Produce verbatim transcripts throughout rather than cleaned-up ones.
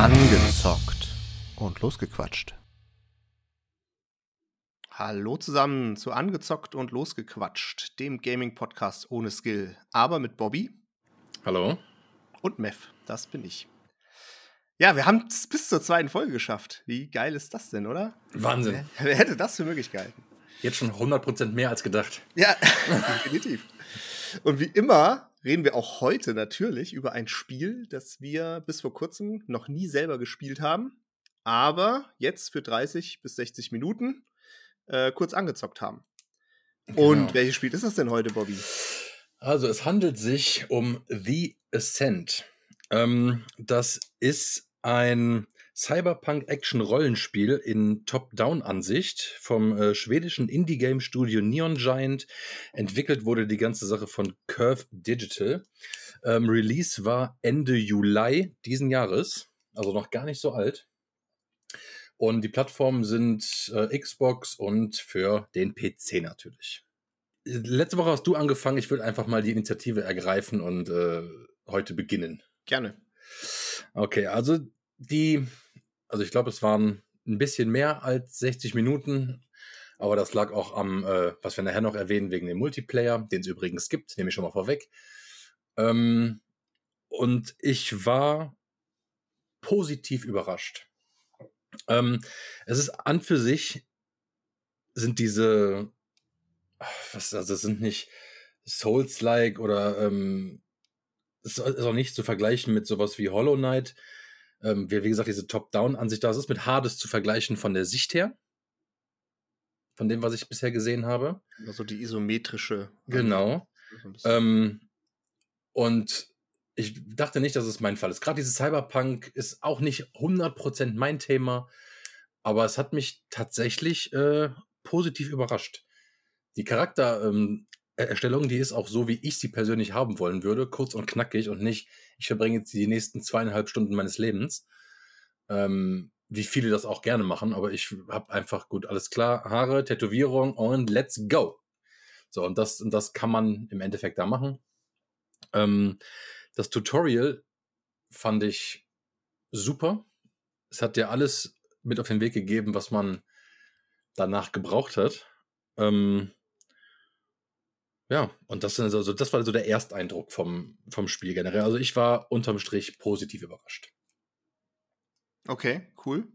Angezockt und losgequatscht. Hallo zusammen zu Angezockt und losgequatscht, dem Gaming-Podcast ohne Skill, aber mit Bobby. Hallo. Und Mev, das bin ich. Ja, wir haben es bis zur zweiten Folge geschafft. Wie geil ist das denn, oder? Wahnsinn. Wer, wer hätte das für möglich gehalten? Jetzt schon hundert Prozent mehr als gedacht. Ja, definitiv. Und wie immer reden wir auch heute natürlich über ein Spiel, das wir bis vor kurzem noch nie selber gespielt haben, aber jetzt für dreißig bis sechzig Minuten äh, kurz angezockt haben. Genau. Und welches Spiel ist das denn heute, Bobby? Also es handelt sich um The Ascent. Ähm, das ist ein Cyberpunk-Action-Rollenspiel in Top-Down-Ansicht vom äh, schwedischen Indie-Game-Studio Neon Giant. Entwickelt wurde die ganze Sache von Curve Digital. Ähm, Release war Ende Juli diesen Jahres, also noch gar nicht so alt. Und die Plattformen sind äh, Xbox und für den P C natürlich. Letzte Woche hast du angefangen. Ich würde einfach mal die Initiative ergreifen und äh, heute beginnen. Gerne. Okay, also die, also ich glaube, es waren ein bisschen mehr als sechzig Minuten, aber das lag auch am, äh, was wir nachher noch erwähnen, wegen dem Multiplayer, den es übrigens gibt, nehme ich schon mal vorweg. Ähm, und ich war positiv überrascht. Ähm, es ist an für sich, sind diese, was, also es sind nicht Souls-like oder ähm, es ist auch nicht zu vergleichen mit sowas wie Hollow Knight. Ähm, wie, wie gesagt, diese Top-Down-Ansicht, das ist mit Hades zu vergleichen von der Sicht her. Von dem, was ich bisher gesehen habe. Also die isometrische. Genau. Ansicht. Ähm, und ich dachte nicht, dass es mein Fall ist. Gerade dieses Cyberpunk ist auch nicht hundert Prozent mein Thema, aber es hat mich tatsächlich äh, positiv überrascht. Die Charaktererstellung, ähm, die ist auch so, wie ich sie persönlich haben wollen würde, kurz und knackig und nicht, ich verbringe jetzt die nächsten zweieinhalb Stunden meines Lebens, ähm, wie viele das auch gerne machen, aber ich habe einfach, gut, alles klar, Haare, Tätowierung und let's go. So, und das, und das kann man im Endeffekt da machen. Ähm, das Tutorial fand ich super. Es hat dir alles mit auf den Weg gegeben, was man danach gebraucht hat. Ähm, Ja, und das, sind also, das war so der Ersteindruck vom, vom Spiel generell. Also ich war unterm Strich positiv überrascht. Okay, cool.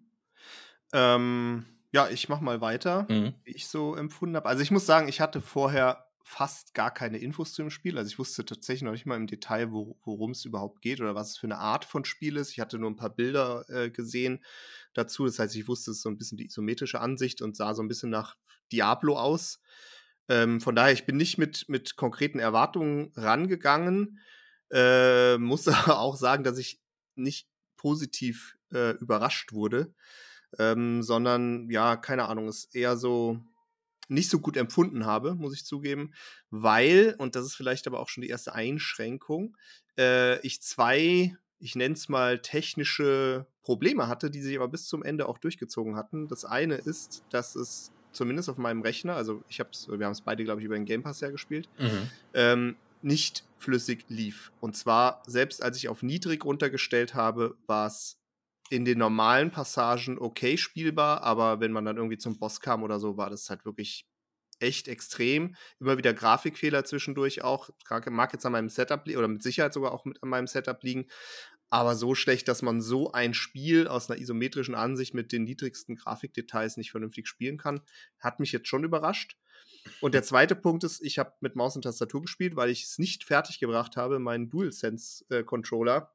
Ähm, ja, ich mach mal weiter, Mhm. wie ich so empfunden habe. Also ich muss sagen, ich hatte vorher fast gar keine Infos zu dem Spiel. Also ich wusste tatsächlich noch nicht mal im Detail, wo, worum es überhaupt geht oder was es für eine Art von Spiel ist. Ich hatte nur ein paar Bilder äh, gesehen dazu. Das heißt, ich wusste, es ist so ein bisschen die isometrische Ansicht und sah so ein bisschen nach Diablo aus. Ähm, von daher, ich bin nicht mit, mit konkreten Erwartungen rangegangen. Äh, muss aber auch sagen, dass ich nicht positiv äh, überrascht wurde, ähm, sondern ja, keine Ahnung, es eher so nicht so gut empfunden habe, muss ich zugeben, weil, und das ist vielleicht aber auch schon die erste Einschränkung, äh, ich zwei, ich nenne es mal technische Probleme hatte, die sich aber bis zum Ende auch durchgezogen hatten. Das eine ist, dass es zumindest auf meinem Rechner, also ich hab's, wir haben es beide, glaube ich, über den Game Pass ja gespielt, Mhm. ähm, nicht flüssig lief. Und zwar, selbst als ich auf niedrig runtergestellt habe, war es in den normalen Passagen okay spielbar, aber wenn man dann irgendwie zum Boss kam oder so, war das halt wirklich echt extrem. Immer wieder Grafikfehler zwischendurch auch. Mag jetzt an meinem Setup liegen oder mit Sicherheit sogar auch mit an meinem Setup liegen. Aber so schlecht, dass man so ein Spiel aus einer isometrischen Ansicht mit den niedrigsten Grafikdetails nicht vernünftig spielen kann, hat mich jetzt schon überrascht. Und der zweite Punkt ist, ich habe mit Maus und Tastatur gespielt, weil ich es nicht fertiggebracht habe, meinen DualSense-Controller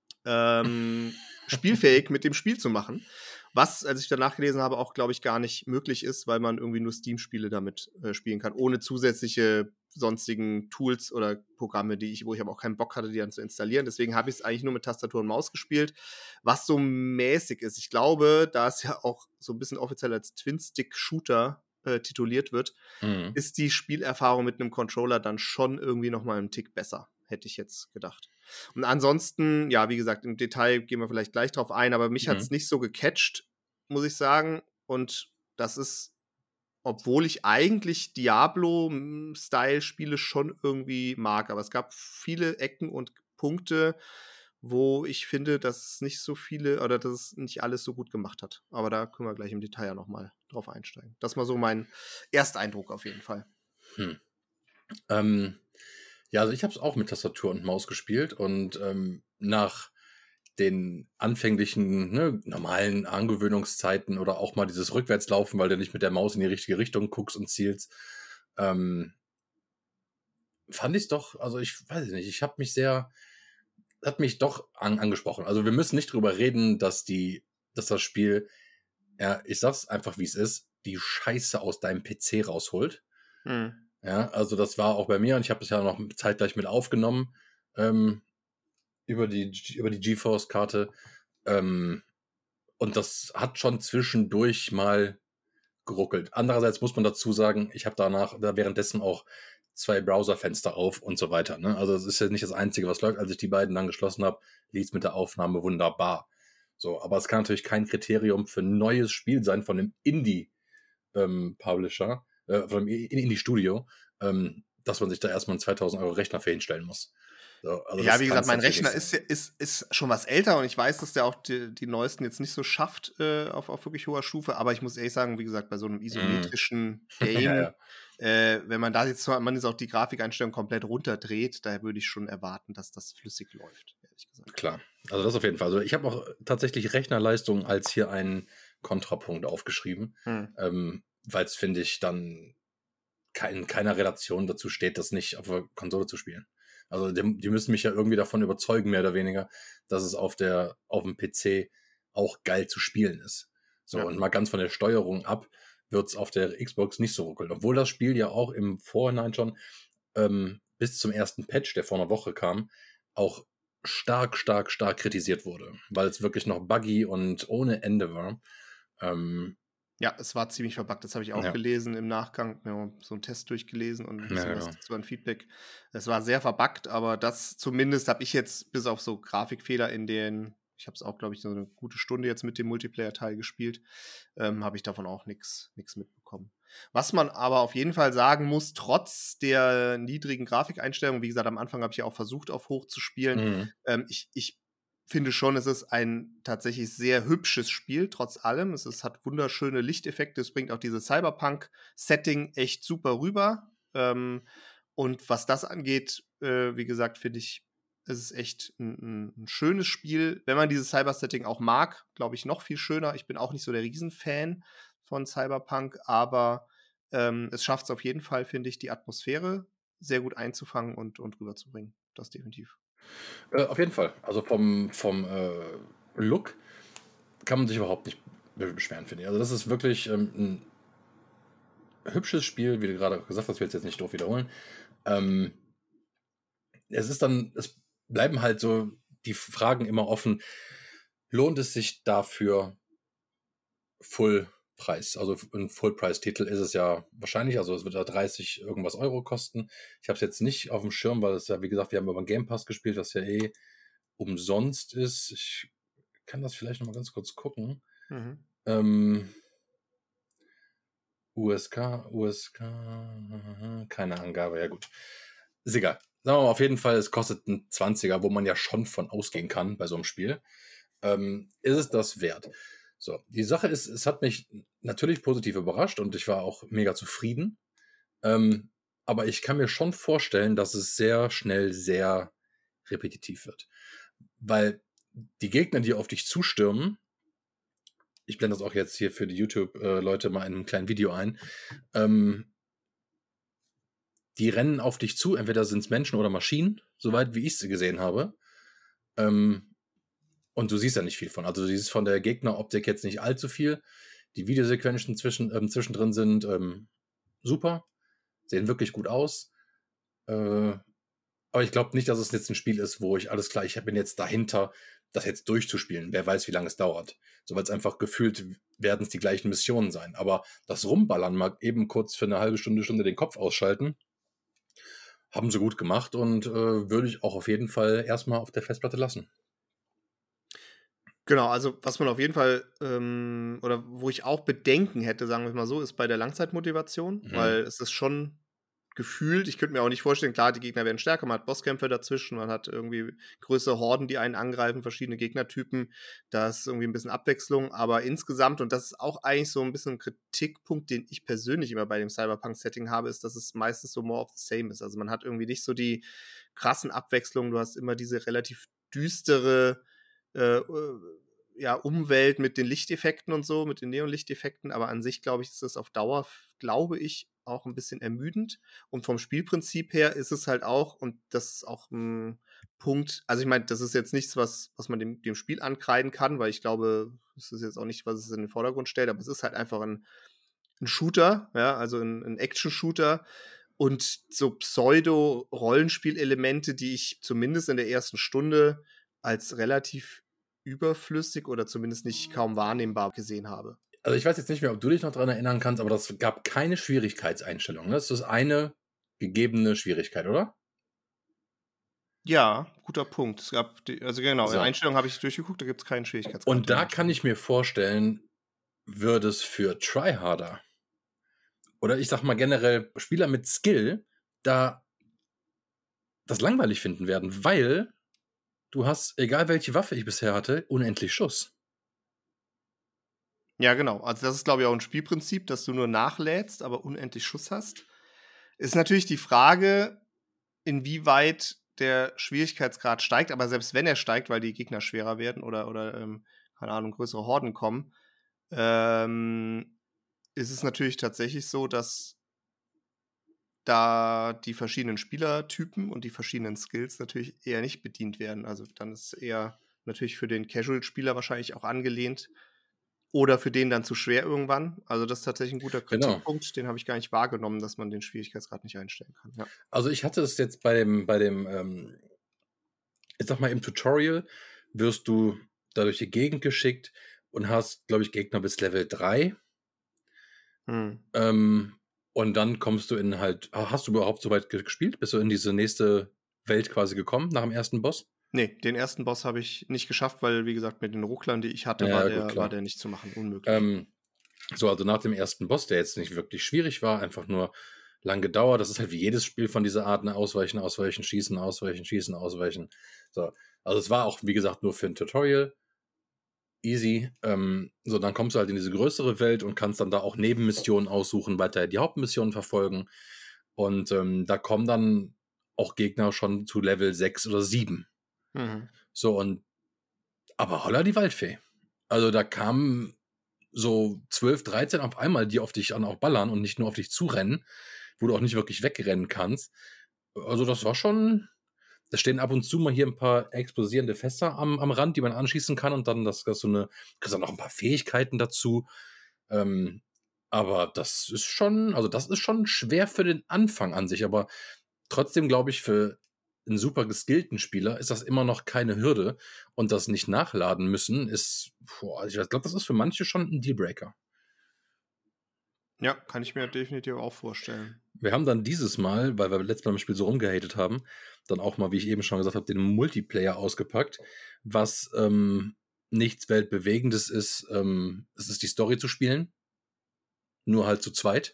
ähm, spielfähig mit dem Spiel zu machen. Was, als ich danach gelesen habe, auch, glaube ich, gar nicht möglich ist, weil man irgendwie nur Steam-Spiele damit äh, spielen kann, ohne zusätzliche sonstigen Tools oder Programme, die ich, wo ich aber auch keinen Bock hatte, die dann zu installieren. Deswegen habe ich es eigentlich nur mit Tastatur und Maus gespielt, was so mäßig ist. Ich glaube, da es ja auch so ein bisschen offiziell als Twin-Stick-Shooter äh, tituliert wird, Mhm. ist die Spielerfahrung mit einem Controller dann schon irgendwie noch mal einen Tick besser, hätte ich jetzt gedacht. Und ansonsten, ja, wie gesagt, im Detail gehen wir vielleicht gleich drauf ein, aber mich Mhm. hat es nicht so gecatcht, muss ich sagen. Und das ist, obwohl ich eigentlich Diablo-Style-Spiele schon irgendwie mag, aber es gab viele Ecken und Punkte, wo ich finde, dass es nicht so viele oder dass es nicht alles so gut gemacht hat. Aber da können wir gleich im Detail ja noch mal drauf einsteigen. Das war so mein Ersteindruck auf jeden Fall. Hm. Ähm, ja, also ich habe es auch mit Tastatur und Maus gespielt und ähm, nach den anfänglichen, ne, normalen Angewöhnungszeiten oder auch mal dieses Rückwärtslaufen, weil du nicht mit der Maus in die richtige Richtung guckst und zielst, ähm, fand ich es doch, also ich weiß nicht, ich habe mich sehr, hat mich doch an, angesprochen. Also wir müssen nicht drüber reden, dass die, dass das Spiel, ja, ich sag's einfach wie es ist, die Scheiße aus deinem P C rausholt. Hm. Ja, also das war auch bei mir und ich habe das ja noch zeitgleich mit aufgenommen ähm, über die über die GeForce-Karte. Ähm, und das hat schon zwischendurch mal geruckelt. Andererseits muss man dazu sagen, ich habe danach da währenddessen auch zwei Browserfenster auf und so weiter. Ne? Also es ist ja nicht das Einzige, was läuft. Als ich die beiden dann geschlossen habe, lief es mit der Aufnahme wunderbar. So, aber es kann natürlich kein Kriterium für ein neues Spiel sein von einem Indie-Publisher, äh, von einem Indie-Studio, ähm, dass man sich da erstmal einen zweitausend Euro Rechner für hinstellen muss. So, also Ja, das wie kann gesagt, es mein natürlich nicht Rechner sein. ist, ja- ist, ist schon was älter und ich weiß, dass der auch die, die neuesten jetzt nicht so schafft äh, auf, auf wirklich hoher Stufe. Aber ich muss ehrlich sagen, wie gesagt, bei so einem Mm. isometrischen Ja, Game, ja, äh, wenn man da jetzt zwar, man jetzt auch die Grafikeinstellung komplett runterdreht, da würde ich schon erwarten, dass das flüssig läuft, ehrlich gesagt. klar. Also das auf jeden Fall. Also ich habe auch tatsächlich Rechnerleistung als hier einen Kontrapunkt aufgeschrieben, Hm. ähm, weil es, finde ich, dann kein, keiner Relation dazu steht, das nicht auf der Konsole zu spielen. Also die, die müssen mich ja irgendwie davon überzeugen, mehr oder weniger, dass es auf der auf dem P C auch geil zu spielen ist. So, Ja. und mal ganz von der Steuerung ab, wird es auf der Xbox nicht so ruckeln. Obwohl das Spiel ja auch im Vorhinein schon ähm, bis zum ersten Patch, der vor einer Woche kam, auch stark, stark, stark kritisiert wurde, weil es wirklich noch buggy und ohne Ende war. Ähm, Ja, es war ziemlich verbuggt. Das habe ich auch ja, gelesen im Nachgang. Wir haben so einen Test durchgelesen und ein ja, bisschen was genau. dazu an Feedback. Es war sehr verbuggt, aber das zumindest habe ich jetzt bis auf so Grafikfehler in den, ich habe es auch, glaube ich, so eine gute Stunde jetzt mit dem Multiplayer-Teil gespielt, ähm, habe ich davon auch nichts mitbekommen. Was man aber auf jeden Fall sagen muss, trotz der niedrigen Grafikeinstellungen, wie gesagt, am Anfang habe ich ja auch versucht, auf hoch zu spielen, Mhm. ähm, ich, ich finde schon, es ist ein tatsächlich sehr hübsches Spiel, trotz allem. Es ist, hat wunderschöne Lichteffekte. Es bringt auch dieses Cyberpunk-Setting echt super rüber. Ähm, und was das angeht, äh, wie gesagt, finde ich, es ist echt ein, ein, ein schönes Spiel. Wenn man dieses Cyber-Setting auch mag, glaube ich, noch viel schöner. Ich bin auch nicht so der Riesenfan von Cyberpunk, aber ähm, es schafft es auf jeden Fall, finde ich, die Atmosphäre sehr gut einzufangen und, und rüberzubringen. Das definitiv. Äh, auf jeden Fall. Also vom, vom äh, Look kann man sich überhaupt nicht be- beschweren, finde ich. Also das ist wirklich ähm, ein hübsches Spiel, wie du gerade gesagt hast, ich will es jetzt nicht doof wiederholen. Ähm, es ist dann, es bleiben halt so die Fragen immer offen. Lohnt es sich dafür Fullpreis? Also ein Fullpreis-Titel ist es ja wahrscheinlich, also es wird da dreißig irgendwas Euro kosten. Ich habe es jetzt nicht auf dem Schirm, weil es ja, wie gesagt, wir haben über den Game Pass gespielt, was ja eh umsonst ist. Ich kann das vielleicht noch mal ganz kurz gucken. Mhm. Ähm, U S K, U S K, keine Angabe, ja gut. Ist egal. Sagen wir mal auf jeden Fall, es kostet ein zwanziger, wo man ja schon von ausgehen kann bei so einem Spiel. Ähm, ist es das wert? So, die Sache ist, es hat mich natürlich positiv überrascht und ich war auch mega zufrieden. Ähm, aber ich kann mir schon vorstellen, dass es sehr schnell sehr repetitiv wird. Weil die Gegner, die auf dich zustürmen, ich blende das auch jetzt hier für die YouTube-Leute mal in einem kleinen Video ein, ähm, die rennen auf dich zu, entweder sind es Menschen oder Maschinen, soweit wie ich sie gesehen habe. Ähm, und du siehst ja nicht viel von. Also du siehst von der Gegneroptik jetzt nicht allzu viel. Die Videosequenzen zwischen, ähm, zwischendrin sind ähm, super, sehen wirklich gut aus. Äh, aber ich glaube nicht, dass es jetzt ein Spiel ist, wo ich alles klar, ich bin jetzt dahinter, das jetzt durchzuspielen. Wer weiß, wie lange es dauert. So, weil es einfach gefühlt werden es die gleichen Missionen sein. Aber das Rumballern mag eben kurz für eine halbe Stunde, Stunde den Kopf ausschalten. Haben sie gut gemacht und äh, würde ich auch auf jeden Fall erstmal auf der Festplatte lassen. Genau, also was man auf jeden Fall, ähm, oder wo ich auch Bedenken hätte, sagen wir mal so, ist bei der Langzeitmotivation, Mhm. weil es ist schon gefühlt. Ich könnte mir auch nicht vorstellen, klar, die Gegner werden stärker, man hat Bosskämpfe dazwischen, man hat irgendwie größere Horden, die einen angreifen, verschiedene Gegnertypen. Da ist irgendwie ein bisschen Abwechslung, aber insgesamt, und das ist auch eigentlich so ein bisschen ein Kritikpunkt, den ich persönlich immer bei dem Cyberpunk-Setting habe, ist, dass es meistens so more of the same ist. Also man hat irgendwie nicht so die krassen Abwechslungen, du hast immer diese relativ düstere äh, ja, Umwelt mit den Lichteffekten und so, mit den Neonlichteffekten, aber an sich, glaube ich, ist das auf Dauer, glaube ich, auch ein bisschen ermüdend. Und vom Spielprinzip her ist es halt auch, und das ist auch ein Punkt, also ich meine, das ist jetzt nichts, was, was man dem, dem Spiel ankreiden kann, weil ich glaube, es ist jetzt auch nicht, was es in den Vordergrund stellt, aber es ist halt einfach ein, ein Shooter, ja, also ein, ein Action-Shooter. Und so Pseudo-Rollenspielelemente, die ich zumindest in der ersten Stunde als relativ überflüssig oder zumindest nicht kaum wahrnehmbar gesehen habe. Also ich weiß jetzt nicht mehr, ob du dich noch daran erinnern kannst, aber das gab keine Schwierigkeitseinstellung. Ne? Das ist eine gegebene Schwierigkeit, oder? Ja, guter Punkt. Es gab, die, also genau, in So. der Einstellung habe ich durchgeguckt, da gibt es keinen Schwierigkeitsgrad. Und da kann ich mir vorstellen, würde es für Tryharder oder ich sag mal generell Spieler mit Skill da das langweilig finden werden, weil du hast, egal welche Waffe ich bisher hatte, unendlich Schuss. Ja, genau. Also das ist, glaube ich, auch ein Spielprinzip, dass du nur nachlädst, aber unendlich Schuss hast. Ist natürlich die Frage, inwieweit der Schwierigkeitsgrad steigt, aber selbst wenn er steigt, weil die Gegner schwerer werden oder, oder ähm, keine Ahnung, größere Horden kommen, ähm, ist es natürlich tatsächlich so, dass da die verschiedenen Spielertypen und die verschiedenen Skills natürlich eher nicht bedient werden. Also dann ist es eher natürlich für den Casual-Spieler wahrscheinlich auch angelehnt oder für den dann zu schwer irgendwann. Also das ist tatsächlich ein guter Genau. Kritikpunkt, den habe ich gar nicht wahrgenommen, dass man den Schwierigkeitsgrad nicht einstellen kann. Ja. Also ich hatte es jetzt bei dem, bei dem, ähm, ich sag mal, im Tutorial wirst du da durch die Gegend geschickt und hast, glaube ich, Gegner bis Level drei. Hm. Ähm, und dann kommst du in halt, ah, hast du überhaupt so weit ge- gespielt? Bist du in diese nächste Welt quasi gekommen, nach dem ersten Boss? Nee, den ersten Boss habe ich nicht geschafft, weil, wie gesagt, mit den Rucklern, die ich hatte, Ja, war, gut, der, klar. war der nicht zu machen, unmöglich. Ähm, so, also nach dem ersten Boss, der jetzt nicht wirklich schwierig war, einfach nur lang gedauert. Das ist halt wie jedes Spiel von dieser Art, ne? Ausweichen, ausweichen, schießen, ausweichen, schießen, ausweichen. So, also es war auch, wie gesagt, nur für ein Tutorial. Easy. Ähm, so, dann kommst du halt in diese größere Welt und kannst dann da auch Nebenmissionen aussuchen, weiter die Hauptmissionen verfolgen. Und ähm, da kommen dann auch Gegner schon zu Level sechs oder sieben. Mhm. So, und aber holla die Waldfee. Also da kamen so zwölf, dreizehn auf einmal, die auf dich an auch ballern und nicht nur auf dich zurennen, wo du auch nicht wirklich wegrennen kannst. Also das war schon. Da stehen ab und zu mal hier ein paar explosierende Fässer am, am Rand, die man anschießen kann und dann das, das so eine, kriegst dann noch ein paar Fähigkeiten dazu. Ähm, aber das ist schon, also das ist schon schwer für den Anfang an sich, aber trotzdem glaube ich, für einen super geskillten Spieler ist das immer noch keine Hürde und das nicht nachladen müssen ist, boah, ich glaube, das ist für manche schon ein Dealbreaker. Ja, kann ich mir definitiv auch vorstellen. Wir haben dann dieses Mal, weil wir letztes Mal im Spiel so rumgehatet haben, dann auch mal, wie ich eben schon gesagt habe, den Multiplayer ausgepackt, was ähm, nichts Weltbewegendes ist. Ähm, es ist die Story zu spielen, nur halt zu zweit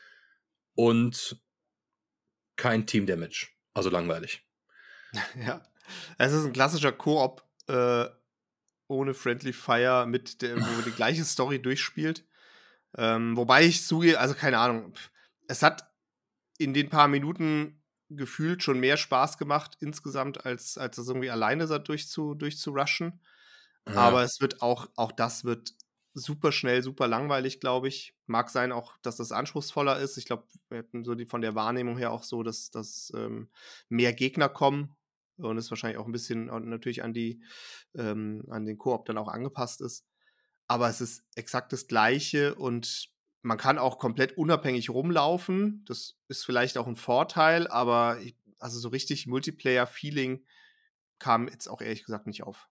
und kein Team Damage, also langweilig. Ja, es ist ein klassischer Koop äh, ohne Friendly Fire, mit der, wo die gleiche Story durchspielt. Ähm, wobei ich zugehe, also keine Ahnung, pff, es hat in den paar Minuten gefühlt schon mehr Spaß gemacht insgesamt, als, als das irgendwie alleine da durchzu, durchzurushen. Ja, Aber es wird auch, auch das wird super schnell, super langweilig, glaube ich. Mag sein auch, dass das anspruchsvoller ist. Ich glaube, wir hatten so die, von der Wahrnehmung her auch so, dass, dass ähm, mehr Gegner kommen und es wahrscheinlich auch ein bisschen auch natürlich an die ähm, an den Koop dann auch angepasst ist. Aber es ist exakt das Gleiche und man kann auch komplett unabhängig rumlaufen. Das ist vielleicht auch ein Vorteil, aber ich, also so richtig Multiplayer-Feeling kam jetzt auch ehrlich gesagt nicht auf.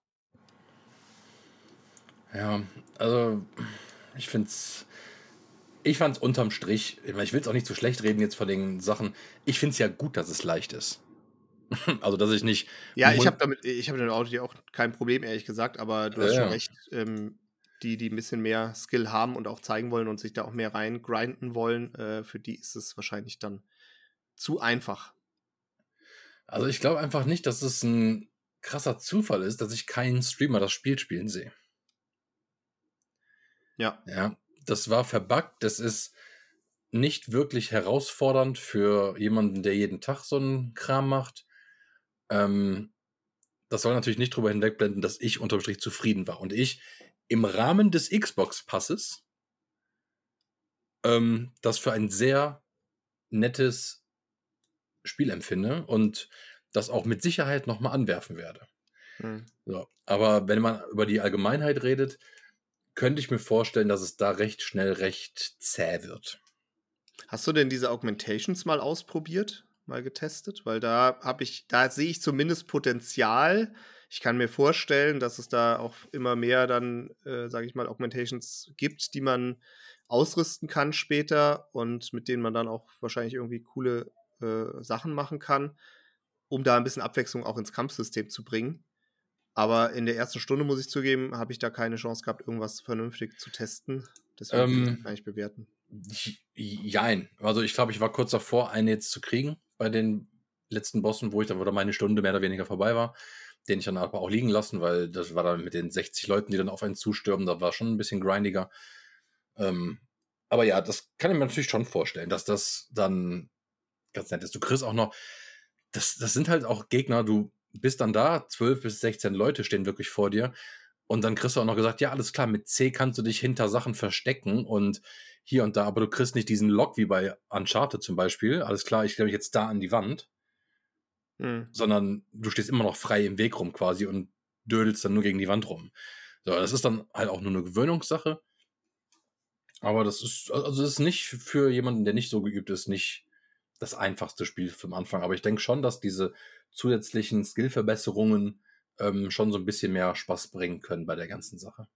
ja, also ich finde es, ich fand es unterm Strich, ich, mein, ich will es auch nicht zu schlecht reden jetzt von den Sachen, ich finde es ja gut, dass es leicht ist. Also, dass ich nicht. Ja, ich habe damit ich habe mit dem Auto ja auch kein Problem, ehrlich gesagt, aber du Ja, hast schon ja. recht, ähm, die, die ein bisschen mehr Skill haben und auch zeigen wollen und sich da auch mehr reingrinden wollen, äh, für die ist es wahrscheinlich dann zu einfach. Also ich glaube einfach nicht, dass es ein krasser Zufall ist, dass ich keinen Streamer das Spiel spielen sehe. Ja. Ja, das war verbuggt. Das ist nicht wirklich herausfordernd für jemanden, der jeden Tag so einen Kram macht. Ähm, das soll natürlich nicht drüber hinwegblenden, dass ich unterm Strich zufrieden war. Und ich im Rahmen des Xbox-Passes ähm, das für ein sehr nettes Spiel empfinde und das auch mit Sicherheit nochmal anwerfen werde. Hm. So. Aber wenn man über die Allgemeinheit redet, könnte ich mir vorstellen, dass es da recht schnell recht zäh wird. Hast du denn diese Augmentations mal ausprobiert, mal getestet? Weil da habe ich, da sehe ich zumindest Potenzial. Ich kann mir vorstellen, dass es da auch immer mehr dann, äh, sage ich mal, Augmentations gibt, die man ausrüsten kann später und mit denen man dann auch wahrscheinlich irgendwie coole äh, Sachen machen kann, um da ein bisschen Abwechslung auch ins Kampfsystem zu bringen. Aber in der ersten Stunde, muss ich zugeben, habe ich da keine Chance gehabt, irgendwas vernünftig zu testen. Deswegen kann ich das Ähm, gar nicht bewerten. Jein. Also ich glaube, ich war kurz davor, einen jetzt zu kriegen bei den letzten Bossen, wo ich dann wieder meine Stunde mehr oder weniger vorbei war. Den ich dann aber auch liegen lassen, weil das war dann mit den sechzig Leuten, die dann auf einen zustürmen, da war schon ein bisschen grindiger. Ähm, aber ja, das kann ich mir natürlich schon vorstellen, dass das dann ganz nett ist. Du kriegst auch noch, das, das sind halt auch Gegner, du bist dann da, zwölf bis sechzehn Leute stehen wirklich vor dir und dann kriegst du auch noch gesagt, ja, alles klar, mit C kannst du dich hinter Sachen verstecken und hier und da, aber du kriegst nicht diesen Lock wie bei Uncharted zum Beispiel, alles klar, ich stelle mich jetzt da an die Wand, Hm. sondern du stehst immer noch frei im Weg rum quasi und dödelst dann nur gegen die Wand rum. So, das ist dann halt auch nur eine Gewöhnungssache, aber das ist, also das ist nicht für jemanden, der nicht so geübt ist, nicht das einfachste Spiel zum Anfang. Aber ich denke schon, dass diese zusätzlichen Skillverbesserungen ähm, schon so ein bisschen mehr Spaß bringen können bei der ganzen Sache.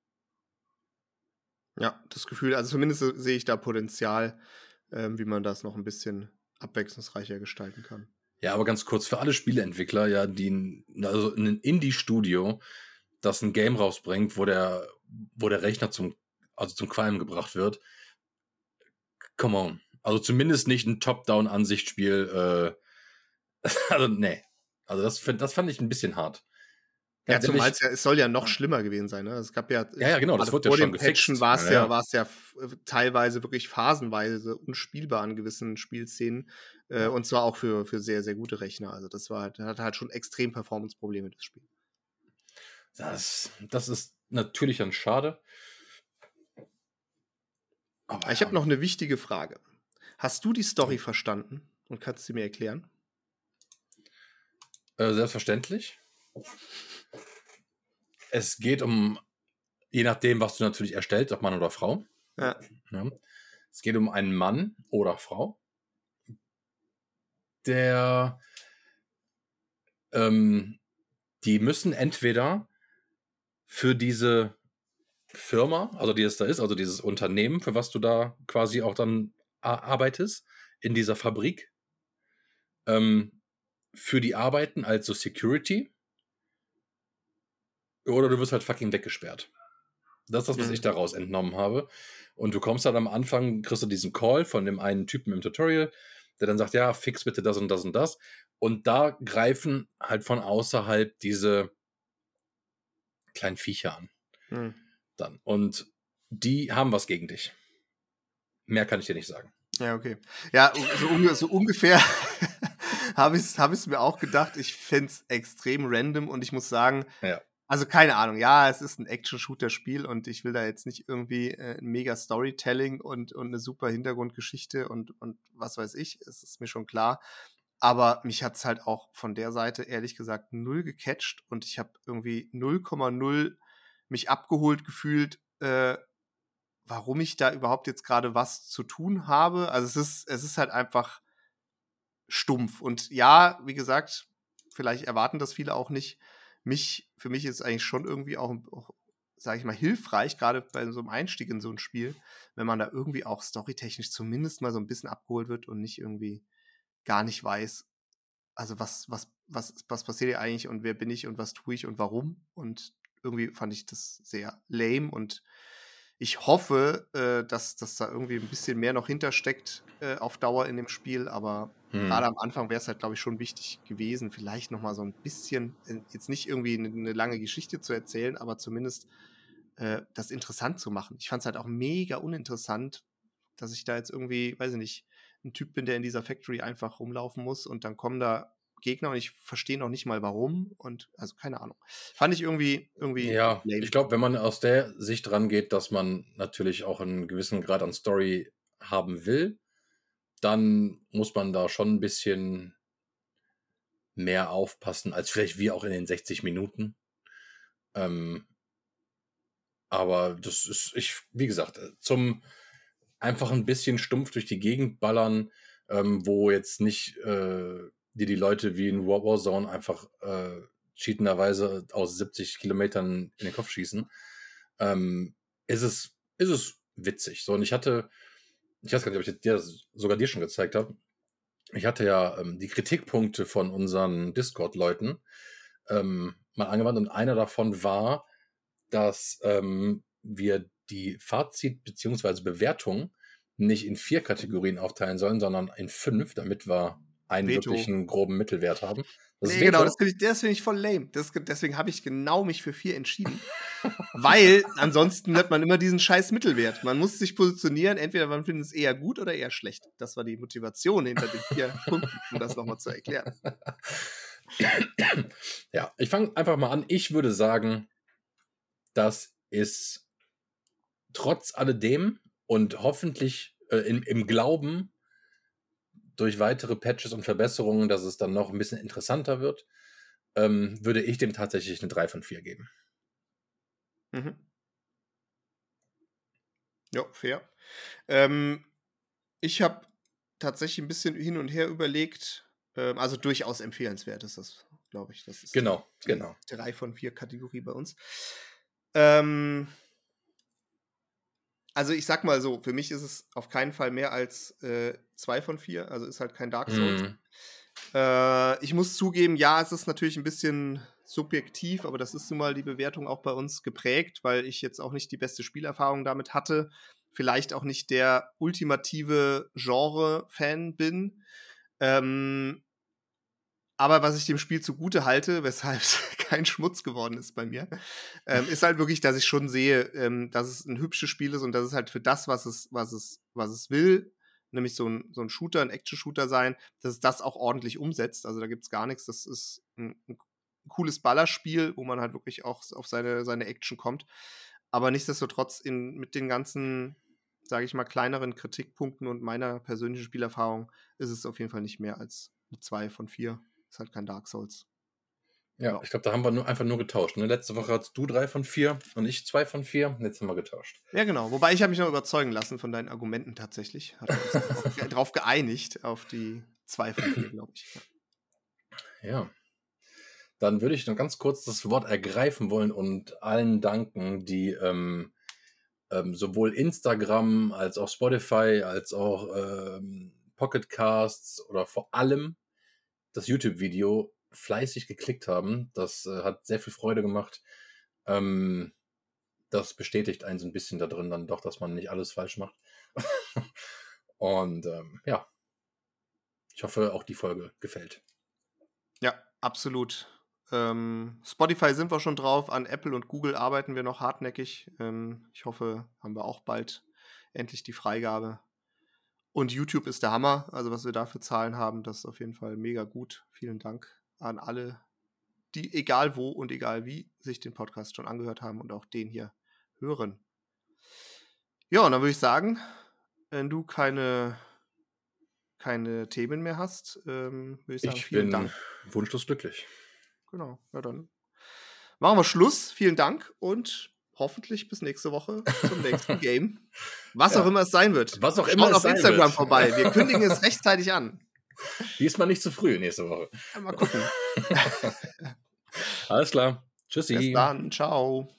Ja, das Gefühl, also zumindest se- sehe ich da Potenzial, ähm, wie man das noch ein bisschen abwechslungsreicher gestalten kann. Ja, aber ganz kurz, für alle Spieleentwickler, ja, die ein, also ein Indie-Studio, das ein Game rausbringt, wo der, wo der Rechner zum, also zum Qualmen gebracht wird, come on. Also zumindest nicht ein Top-Down-Ansichtsspiel, äh, also nee. Also das, find- das fand ich ein bisschen hart. Ja, Ganz zumal ehrlich, es ja, es soll ja noch schlimmer gewesen sein. Ne? Es gab ja, ja, ja, genau, das gerade wird ja vor schon dem Patchen gefixt. war es Ja, ja, ja. war es ja f- äh, teilweise wirklich phasenweise unspielbar an gewissen Spielszenen. Äh, Ja. und zwar auch für, für sehr, sehr gute Rechner. Also das war halt, hat halt schon extrem Performance-Probleme, das Spiel. Das, das ist natürlich dann schade. Aber Ich ja, habe noch eine wichtige Frage. Hast du die Story verstanden und kannst sie mir erklären? äh, selbstverständlich. Es geht um, je nachdem, was du natürlich erstellst, ob Mann oder Frau. Ja. Ja. Es geht um einen Mann oder Frau, der, ähm, die müssen entweder für diese Firma, also die es da ist, also dieses Unternehmen, für was du da quasi auch dann arbeitest, in dieser Fabrik, ähm, für die arbeiten als so Security, oder du wirst halt fucking weggesperrt. Das ist das, was ich Mhm. daraus entnommen habe. Und du kommst dann am Anfang, kriegst du diesen Call von dem einen Typen im Tutorial, der dann sagt, ja, fix bitte das und das und das. Und da greifen halt von außerhalb diese kleinen Viecher an. Mhm. Dann. Und die haben was gegen dich. Mehr kann ich dir nicht sagen. Ja, okay. Ja, so, unge so ungefähr habe ich es hab ich's mir auch gedacht. Ich finde es extrem random und ich muss sagen, Ja. also keine Ahnung, ja, es ist ein Action-Shooter-Spiel und ich will da jetzt nicht irgendwie äh, ein mega Storytelling und, und eine super Hintergrundgeschichte und, und was weiß ich, es ist mir schon klar. Aber mich hat es halt auch von der Seite ehrlich gesagt null gecatcht und ich habe irgendwie null Komma null mich abgeholt gefühlt, äh, warum ich da überhaupt jetzt gerade was zu tun habe. Also es ist, es ist halt einfach stumpf. Und ja, wie gesagt, vielleicht erwarten das viele auch nicht. Mich, für mich ist es eigentlich schon irgendwie auch, auch sage ich mal, hilfreich, gerade bei so einem Einstieg in so ein Spiel, wenn man da irgendwie auch storytechnisch zumindest mal so ein bisschen abgeholt wird und nicht irgendwie gar nicht weiß, also was, was, was, was passiert hier eigentlich und wer bin ich und was tue ich und warum. Und irgendwie fand ich das sehr lame und ich hoffe, äh, dass, dass da irgendwie ein bisschen mehr noch hintersteckt äh, auf Dauer in dem Spiel, aber Hm. Gerade am Anfang wäre es halt, glaube ich, schon wichtig gewesen, vielleicht noch mal so ein bisschen, äh, jetzt nicht irgendwie eine 'ne lange Geschichte zu erzählen, aber zumindest, äh, das interessant zu machen. Ich fand es halt auch mega uninteressant, dass ich da jetzt irgendwie, weiß ich nicht, ein Typ bin, der in dieser Factory einfach rumlaufen muss und dann kommen da Gegner und ich verstehe noch nicht mal warum und also, keine Ahnung. Fand ich irgendwie irgendwie Ja, lame. ich glaube, wenn man aus der Sicht rangeht, dass man natürlich auch einen gewissen Grad an Story haben will, dann muss man da schon ein bisschen mehr aufpassen als vielleicht wir auch in den sechzig Minuten. Ähm, aber das ist ich wie gesagt, äh, zum einfach ein bisschen stumpf durch die Gegend ballern, ähm, wo jetzt nicht, äh, dir die Leute wie in War Warzone einfach, äh, cheatenderweise aus siebzig Kilometern in den Kopf schießen, ähm, ist es ist es witzig. So, und ich hatte ich weiß gar nicht, ob ich dir das sogar dir schon gezeigt habe. Ich hatte ja, ähm, die Kritikpunkte von unseren Discord-Leuten, ähm, mal angewandt und einer davon war, dass, ähm, wir die Fazit beziehungsweise Bewertung nicht in vier Kategorien aufteilen sollen, sondern in fünf, damit wir einen Veto. wirklichen groben Mittelwert haben. Das ist Nee, genau, Veto. das finde ich das finde ich voll lame. Das deswegen habe ich genau mich für vier entschieden, weil ansonsten hat man immer diesen scheiß Mittelwert. Man muss sich positionieren, entweder man findet es eher gut oder eher schlecht. Das war die Motivation hinter den vier Punkten, um das noch mal zu erklären. Ja, ich fange einfach mal an. Ich würde sagen, das ist trotz alledem und hoffentlich, äh, im im Glauben durch weitere Patches und Verbesserungen, dass es dann noch ein bisschen interessanter wird, ähm, würde ich dem tatsächlich eine drei von vier geben. Mhm. Ja, fair. Ähm, ich habe tatsächlich ein bisschen hin und her überlegt, ähm, also durchaus empfehlenswert ist das, glaube ich. Das ist die Genau, die genau. drei von vier Kategorie bei uns. Ähm, also ich sag mal so, für mich ist es auf keinen Fall mehr als äh, zwei von vier, also ist halt kein Dark Souls. Mhm. Äh, ich muss zugeben, ja, es ist natürlich ein bisschen subjektiv, aber das ist nun mal die Bewertung auch bei uns geprägt, weil ich jetzt auch nicht die beste Spielerfahrung damit hatte. Vielleicht auch nicht der ultimative Genre-Fan bin. Ähm, aber was ich dem Spiel zugute halte, weshalb es kein Schmutz geworden ist bei mir, ähm, ist halt wirklich, dass ich schon sehe, ähm, dass es ein hübsches Spiel ist und dass es halt für das, was es, was es, was es will, nämlich so ein, so ein Shooter, ein Action-Shooter sein, dass es das auch ordentlich umsetzt. Also da gibt es gar nichts. Das ist ein, ein cooles Ballerspiel, wo man halt wirklich auch auf seine, seine Action kommt. Aber nichtsdestotrotz in, mit den ganzen, sage ich mal, kleineren Kritikpunkten und meiner persönlichen Spielerfahrung ist es auf jeden Fall nicht mehr als eine zwei von vier. Ist halt kein Dark Souls. Ja, Ja. ich glaube, da haben wir nur einfach nur getauscht, ne? Letzte Woche hattest du drei von vier und ich zwei von vier. Jetzt haben wir getauscht. Ja, genau. Wobei ich habe mich noch überzeugen lassen von deinen Argumenten tatsächlich. Hat uns darauf, ge- drauf geeinigt, auf die zwei von vier, glaube ich. Ja. Ja. Dann würde ich noch ganz kurz das Wort ergreifen wollen und allen danken, die ähm, ähm, sowohl Instagram als auch Spotify als auch ähm, Pocket Casts oder vor allem das YouTube-Video fleißig geklickt haben. Das äh, hat sehr viel Freude gemacht. Ähm, das bestätigt einen so ein bisschen da drin dann doch, dass man nicht alles falsch macht. Und ähm, ja, ich hoffe, auch die Folge gefällt. Ja, absolut. Ähm, Spotify sind wir schon drauf, an Apple und Google arbeiten wir noch hartnäckig. Ähm, ich hoffe, haben wir auch bald endlich die Freigabe. Und YouTube ist der Hammer. Also was wir da für Zahlen haben, das ist auf jeden Fall mega gut. Vielen Dank an alle, die egal wo und egal wie sich den Podcast schon angehört haben und auch den hier hören. Ja, und dann würde ich sagen, wenn du keine, keine Themen mehr hast, ähm, würde ich sagen, Ich vielen bin Dank. wunschlos glücklich. Genau, ja dann machen wir Schluss. Vielen Dank und hoffentlich bis nächste Woche zum nächsten Game. Was Ja. auch immer es sein wird. Was auch Schaut immer es auf sein Instagram wird. vorbei. Wir kündigen es rechtzeitig an. Diesmal nicht zu früh nächste Woche. Ja, mal gucken. Alles klar. Tschüssi. Bis dann. Ciao.